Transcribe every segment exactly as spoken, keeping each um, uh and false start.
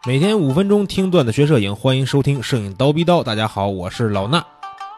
每天五分钟听段子学摄影，欢迎收听摄影刀逼刀。大家好，我是老衲。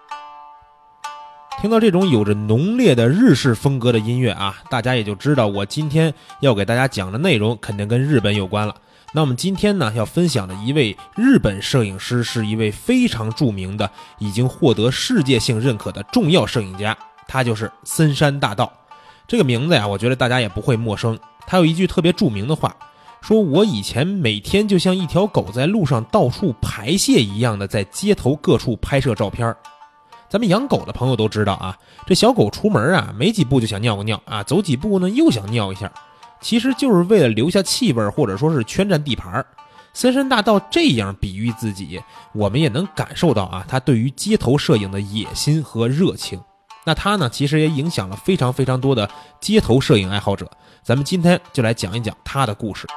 听到这种有着浓烈的日式风格的音乐啊，大家也就知道我今天要给大家讲的内容肯定跟日本有关了。那我们今天呢要分享的一位日本摄影师，是一位非常著名的已经获得世界性认可的重要摄影家，他就是森山大道。这个名字呀，我觉得大家也不会陌生。他有一句特别著名的话，说我以前每天就像一条狗在路上到处排泄一样的在街头各处拍摄照片。咱们养狗的朋友都知道啊，这小狗出门啊没几步就想尿个尿啊，走几步呢又想尿一下，其实就是为了留下气味或者说是圈占地盘。森山大道这样比喻自己，我们也能感受到啊他对于街头摄影的野心和热情。那他呢其实也影响了非常非常多的街头摄影爱好者，咱们今天就来讲一讲他的故事。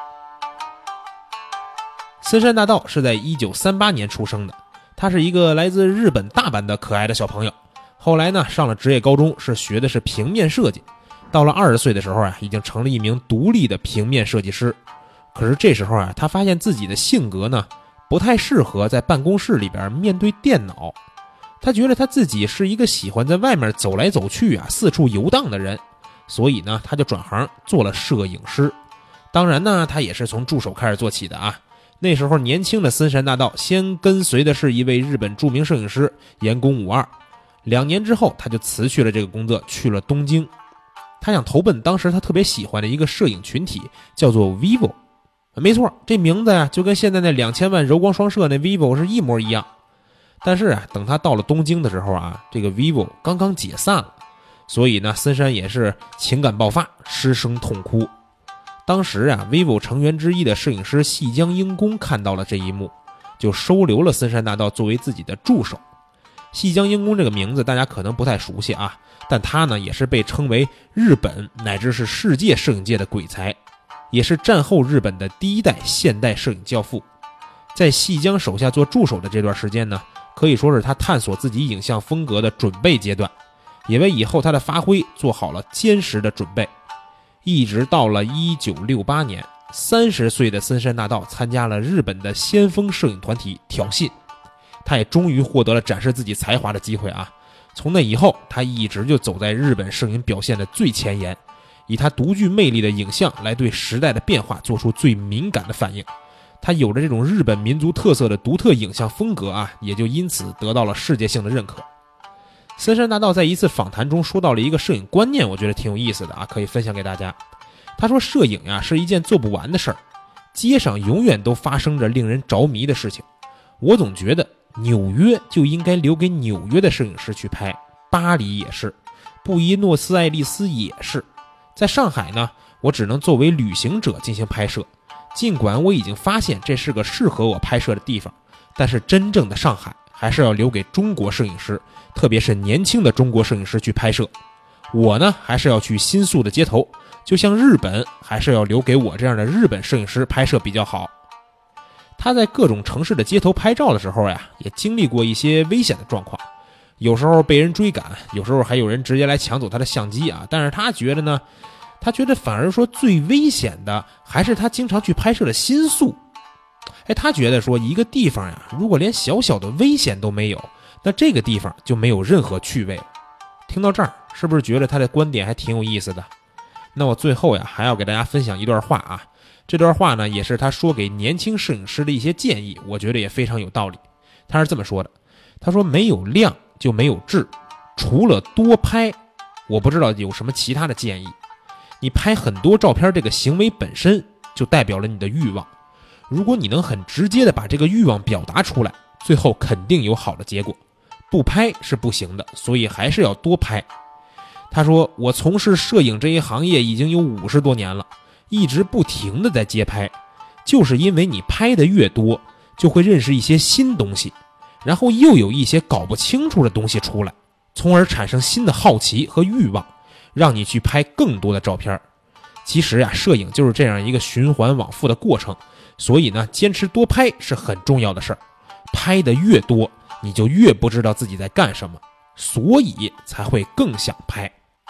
森山大道是在一九三八年出生的，他是一个来自日本大阪的可爱的小朋友。后来呢，上了职业高中，是学的是平面设计。到了二十岁的时候啊，已经成了一名独立的平面设计师。可是这时候啊，他发现自己的性格呢，不太适合在办公室里边面对电脑。他觉得他自己是一个喜欢在外面走来走去啊，四处游荡的人，所以呢，他就转行做了摄影师。当然呢，他也是从助手开始做起的啊。那时候年轻的森山大道先跟随的是一位日本著名摄影师岩宫武二，两年之后他就辞去了这个工作，去了东京。他想投奔当时他特别喜欢的一个摄影群体，叫做 vivo。 没错，这名字呀就跟现在那两千万柔光双摄那 vivo 是一模一样。但是啊，等他到了东京的时候啊，这个 vivo 刚刚解散了，所以呢森山也是情感爆发，失声痛哭。当时啊 vivo 成员之一的摄影师细江英公看到了这一幕，就收留了森山大道作为自己的助手。细江英公这个名字大家可能不太熟悉啊，但他呢也是被称为日本乃至是世界摄影界的鬼才，也是战后日本的第一代现代摄影教父。在细江手下做助手的这段时间呢，可以说是他探索自己影像风格的准备阶段，也为以后他的发挥做好了坚实的准备。一直到了一九六八年，三十岁的森山大道参加了日本的先锋摄影团体挑衅，他也终于获得了展示自己才华的机会啊！从那以后，他一直就走在日本摄影表现的最前沿，以他独具魅力的影像来对时代的变化做出最敏感的反应。他有着这种日本民族特色的独特影像风格啊，也就因此得到了世界性的认可。森山大道在一次访谈中说到了一个摄影观念，我觉得挺有意思的啊，可以分享给大家。他说摄影呀、啊、是一件做不完的事儿，街上永远都发生着令人着迷的事情。我总觉得纽约就应该留给纽约的摄影师去拍，巴黎也是，布宜诺斯艾利斯也是。在上海呢，我只能作为旅行者进行拍摄，尽管我已经发现这是个适合我拍摄的地方，但是真正的上海还是要留给中国摄影师，特别是年轻的中国摄影师去拍摄。我呢还是要去新宿的街头，就像日本还是要留给我这样的日本摄影师拍摄比较好。他在各种城市的街头拍照的时候呀，也经历过一些危险的状况，有时候被人追赶，有时候还有人直接来抢走他的相机啊。但是他觉得呢，他觉得反而说最危险的还是他经常去拍摄的新宿。哎，他觉得说一个地方呀，如果连小小的危险都没有，那这个地方就没有任何趣味了。听到这儿，是不是觉得他的观点还挺有意思的？那我最后呀，还要给大家分享一段话啊。这段话呢，也是他说给年轻摄影师的一些建议，我觉得也非常有道理。他是这么说的，他说没有量就没有质，除了多拍，我不知道有什么其他的建议。你拍很多照片这个行为本身就代表了你的欲望，如果你能很直接的把这个欲望表达出来，最后肯定有好的结果。不拍是不行的，所以还是要多拍。他说我从事摄影这一行业已经有五十多年了，一直不停的在街拍，就是因为你拍的越多，就会认识一些新东西，然后又有一些搞不清楚的东西出来，从而产生新的好奇和欲望，让你去拍更多的照片。其实啊，摄影就是这样一个循环往复的过程，所以呢，坚持多拍是很重要的事儿。拍的越多，你就越不知道自己在干什么，所以才会更想拍。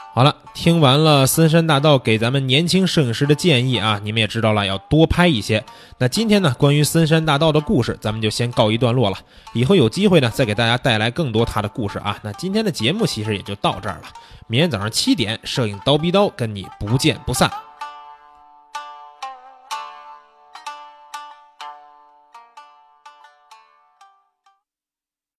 好了，听完了森山大道给咱们年轻摄影师的建议啊，你们也知道了要多拍一些。那今天呢，关于森山大道的故事咱们就先告一段落了，以后有机会呢再给大家带来更多他的故事啊。那今天的节目其实也就到这儿了，明天早上七点摄影刀逼刀跟你不见不散。